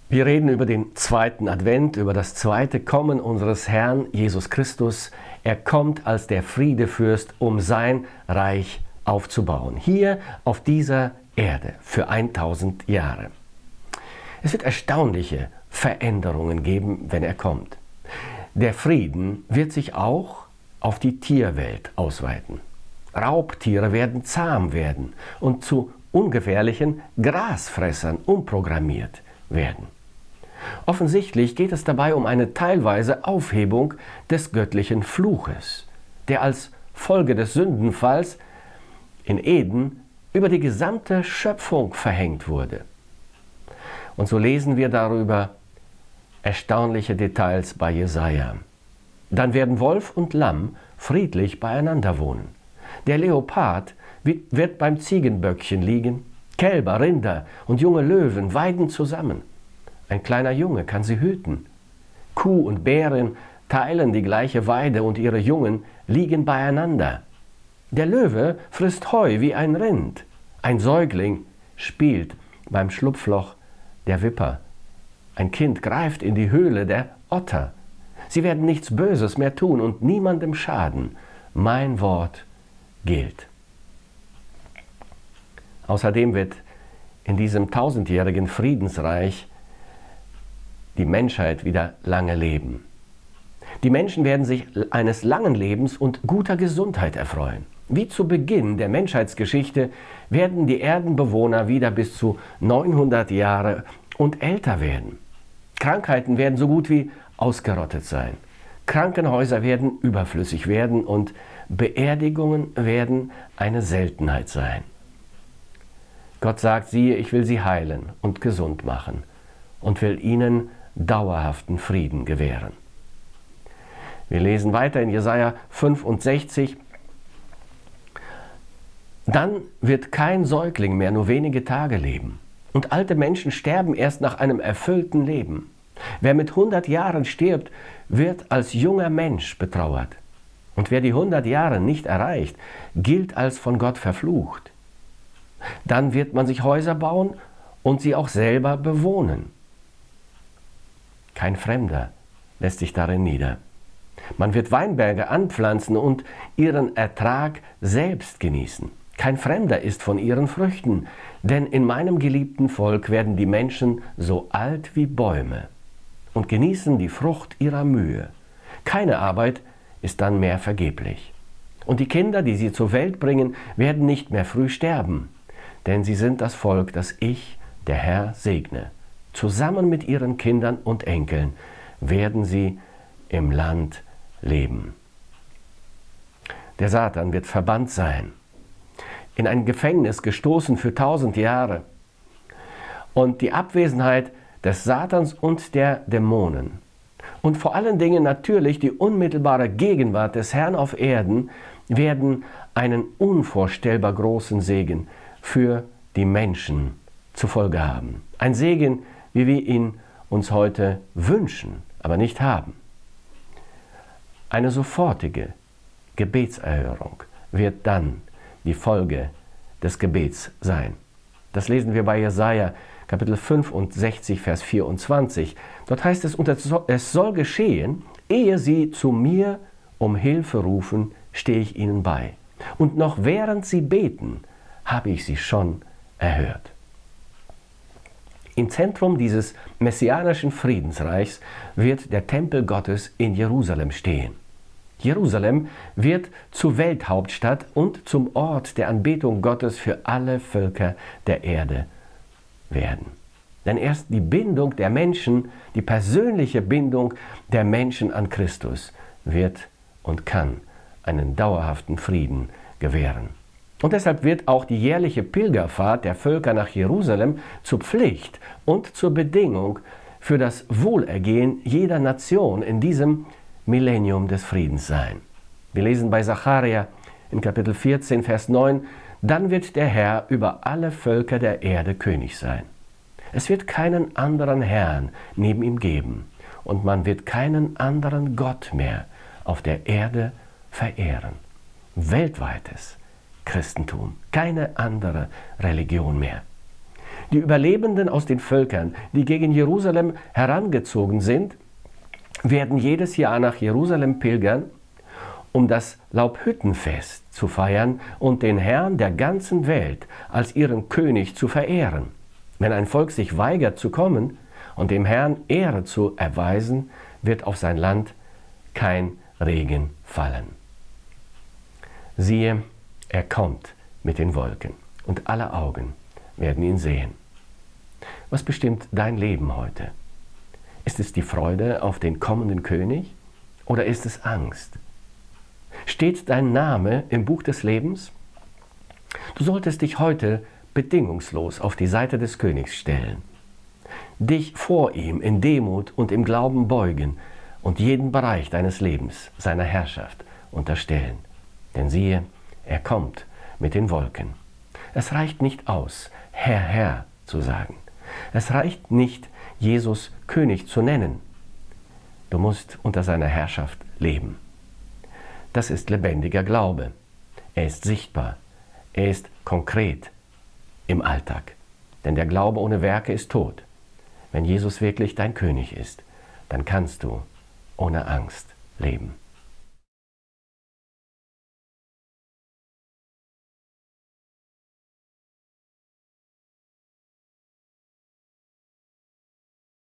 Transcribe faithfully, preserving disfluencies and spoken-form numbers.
Wir reden über den zweiten Advent, über das zweite Kommen unseres Herrn Jesus Christus. Er kommt als der Friedefürst, um sein Reich aufzubauen. Hier auf dieser Erde für tausend Jahre. Es wird erstaunliche Veränderungen geben, wenn er kommt. Der Frieden wird sich auch auf die Tierwelt ausweiten. Raubtiere werden zahm werden und zu ungefährlichen Grasfressern umprogrammiert werden. Offensichtlich geht es dabei um eine teilweise Aufhebung des göttlichen Fluches, der als Folge des Sündenfalls in Eden über die gesamte Schöpfung verhängt wurde. Und so lesen wir darüber erstaunliche Details bei Jesaja. Dann werden Wolf und Lamm friedlich beieinander wohnen. Der Leopard wird beim Ziegenböckchen liegen, Kälber, Rinder und junge Löwen weiden zusammen. Ein kleiner Junge kann sie hüten. Kuh und Bärin teilen die gleiche Weide und ihre Jungen liegen beieinander. Der Löwe frisst Heu wie ein Rind. Ein Säugling spielt beim Schlupfloch der Wipper. Ein Kind greift in die Höhle der Otter. Sie werden nichts Böses mehr tun und niemandem schaden. Mein Wort gilt. Außerdem wird in diesem tausendjährigen Friedensreich die Menschheit wieder lange leben. Die Menschen werden sich eines langen Lebens und guter Gesundheit erfreuen. Wie zu Beginn der Menschheitsgeschichte werden die Erdenbewohner wieder bis zu neunhundert Jahre und älter werden. Krankheiten werden so gut wie ausgerottet sein. Krankenhäuser werden überflüssig werden und Beerdigungen werden eine Seltenheit sein. Gott sagt, siehe, ich will sie heilen und gesund machen und will ihnen dauerhaften Frieden gewähren. Wir lesen weiter in Jesaja fünfundsechzig. Dann wird kein Säugling mehr nur wenige Tage leben. Und alte Menschen sterben erst nach einem erfüllten Leben. Wer mit hundert Jahren stirbt, wird als junger Mensch betrauert. Und wer die hundert Jahre nicht erreicht, gilt als von Gott verflucht. Dann wird man sich Häuser bauen und sie auch selber bewohnen. Kein Fremder lässt sich darin nieder. Man wird Weinberge anpflanzen und ihren Ertrag selbst genießen. Kein Fremder isst von ihren Früchten, denn in meinem geliebten Volk werden die Menschen so alt wie Bäume und genießen die Frucht ihrer Mühe. Keine Arbeit ist dann mehr vergeblich. Und die Kinder, die sie zur Welt bringen, werden nicht mehr früh sterben, denn sie sind das Volk, das ich, der Herr, segne. Zusammen mit ihren Kindern und Enkeln werden sie im Land leben. Der Satan wird verbannt sein, in ein Gefängnis gestoßen für tausend Jahre. Und die Abwesenheit des Satans und der Dämonen und vor allen Dingen natürlich die unmittelbare Gegenwart des Herrn auf Erden werden einen unvorstellbar großen Segen für die Menschen zur Folge haben. Ein Segen, wie wir ihn uns heute wünschen, aber nicht haben. Eine sofortige Gebetserhörung wird dann die Folge des Gebets sein. Das lesen wir bei Jesaja Kapitel fünfundsechzig, Vers vierundzwanzig. Dort heißt es, und es soll geschehen, ehe sie zu mir um Hilfe rufen, stehe ich ihnen bei. Und noch während sie beten, habe ich sie schon erhört. Im Zentrum dieses messianischen Friedensreichs wird der Tempel Gottes in Jerusalem stehen. Jerusalem wird zur Welthauptstadt und zum Ort der Anbetung Gottes für alle Völker der Erde werden. Denn erst die Bindung der Menschen, die persönliche Bindung der Menschen an Christus wird und kann einen dauerhaften Frieden gewähren. Und deshalb wird auch die jährliche Pilgerfahrt der Völker nach Jerusalem zur Pflicht und zur Bedingung für das Wohlergehen jeder Nation in diesem Millennium des Friedens sein. Wir lesen bei Sacharja in Kapitel vierzehn, Vers neun, dann wird der Herr über alle Völker der Erde König sein. Es wird keinen anderen Herrn neben ihm geben und man wird keinen anderen Gott mehr auf der Erde verehren. Weltweites Christentum, keine andere Religion mehr. Die Überlebenden aus den Völkern, die gegen Jerusalem herangezogen sind, werden jedes Jahr nach Jerusalem pilgern, um das Laubhüttenfest zu feiern und den Herrn der ganzen Welt als ihren König zu verehren. Wenn ein Volk sich weigert zu kommen und dem Herrn Ehre zu erweisen, wird auf sein Land kein Regen fallen. Siehe, er kommt mit den Wolken und alle Augen werden ihn sehen. Was bestimmt dein Leben heute? Ist es die Freude auf den kommenden König oder ist es Angst? Steht dein Name im Buch des Lebens? Du solltest dich heute bedingungslos auf die Seite des Königs stellen, dich vor ihm in Demut und im Glauben beugen und jeden Bereich deines Lebens seiner Herrschaft unterstellen. Denn siehe, er kommt mit den Wolken. Es reicht nicht aus, Herr, Herr zu sagen. Es reicht nicht, Jesus König zu nennen. Du musst unter seiner Herrschaft leben. Das ist lebendiger Glaube. Er ist sichtbar. Er ist konkret im Alltag. Denn der Glaube ohne Werke ist tot. Wenn Jesus wirklich dein König ist, dann kannst du ohne Angst leben.